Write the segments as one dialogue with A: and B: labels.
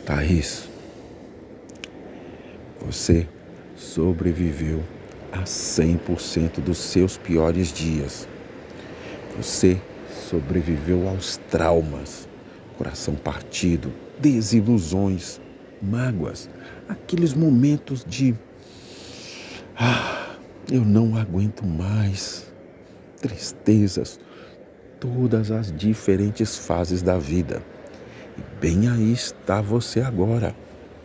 A: Thaís, você sobreviveu a 100% dos seus piores dias. Você sobreviveu aos traumas, coração partido, desilusões, mágoas, aqueles momentos de eu não aguento mais, tristezas, todas as diferentes fases da vida. E bem aí está você agora.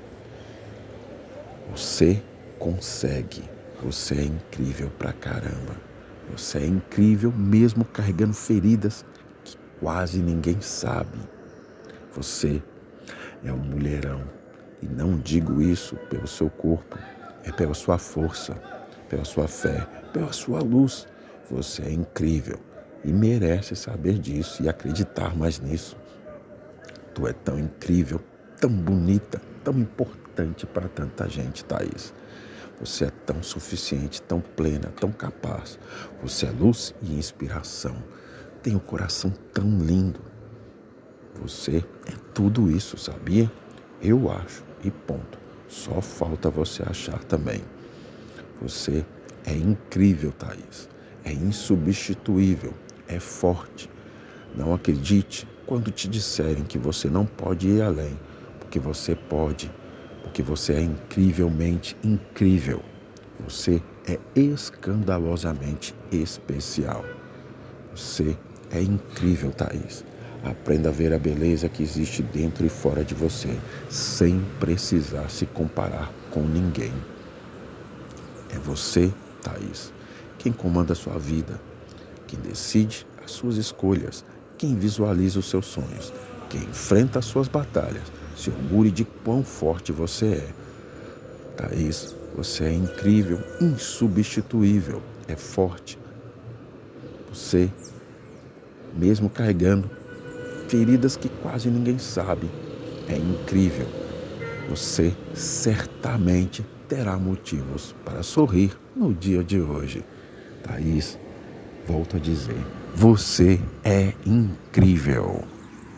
A: Você consegue. Você é incrível pra caramba. Você é incrível mesmo carregando feridas que quase ninguém sabe. Você é um mulherão. E não digo isso pelo seu corpo. É pela sua força, pela sua fé, pela sua luz. Você é incrível e merece saber disso e acreditar mais nisso. Tu é tão incrível, tão bonita, tão importante para tanta gente, Thaís. Você é tão suficiente, tão plena, tão capaz. Você é luz e inspiração. Tem um coração tão lindo. Você é tudo isso, sabia? Eu acho, e ponto. Só falta você achar também. Você é incrível, Thaís. É insubstituível. É forte. Não acredite quando te disserem que você não pode ir além, porque você pode, porque você é incrivelmente incrível. Você é escandalosamente especial. Você é incrível, Thaís. Aprenda a ver a beleza que existe dentro e fora de você, sem precisar se comparar com ninguém. É você, Thaís, quem comanda a sua vida, quem decide as suas escolhas, quem visualiza os seus sonhos, quem enfrenta as suas batalhas. Se orgulhe de quão forte você é. Thaís, você é incrível, insubstituível, é forte. Você, mesmo carregando feridas que quase ninguém sabe, é incrível. Você certamente terá motivos para sorrir no dia de hoje. Thaís, volto a dizer, você é incrível.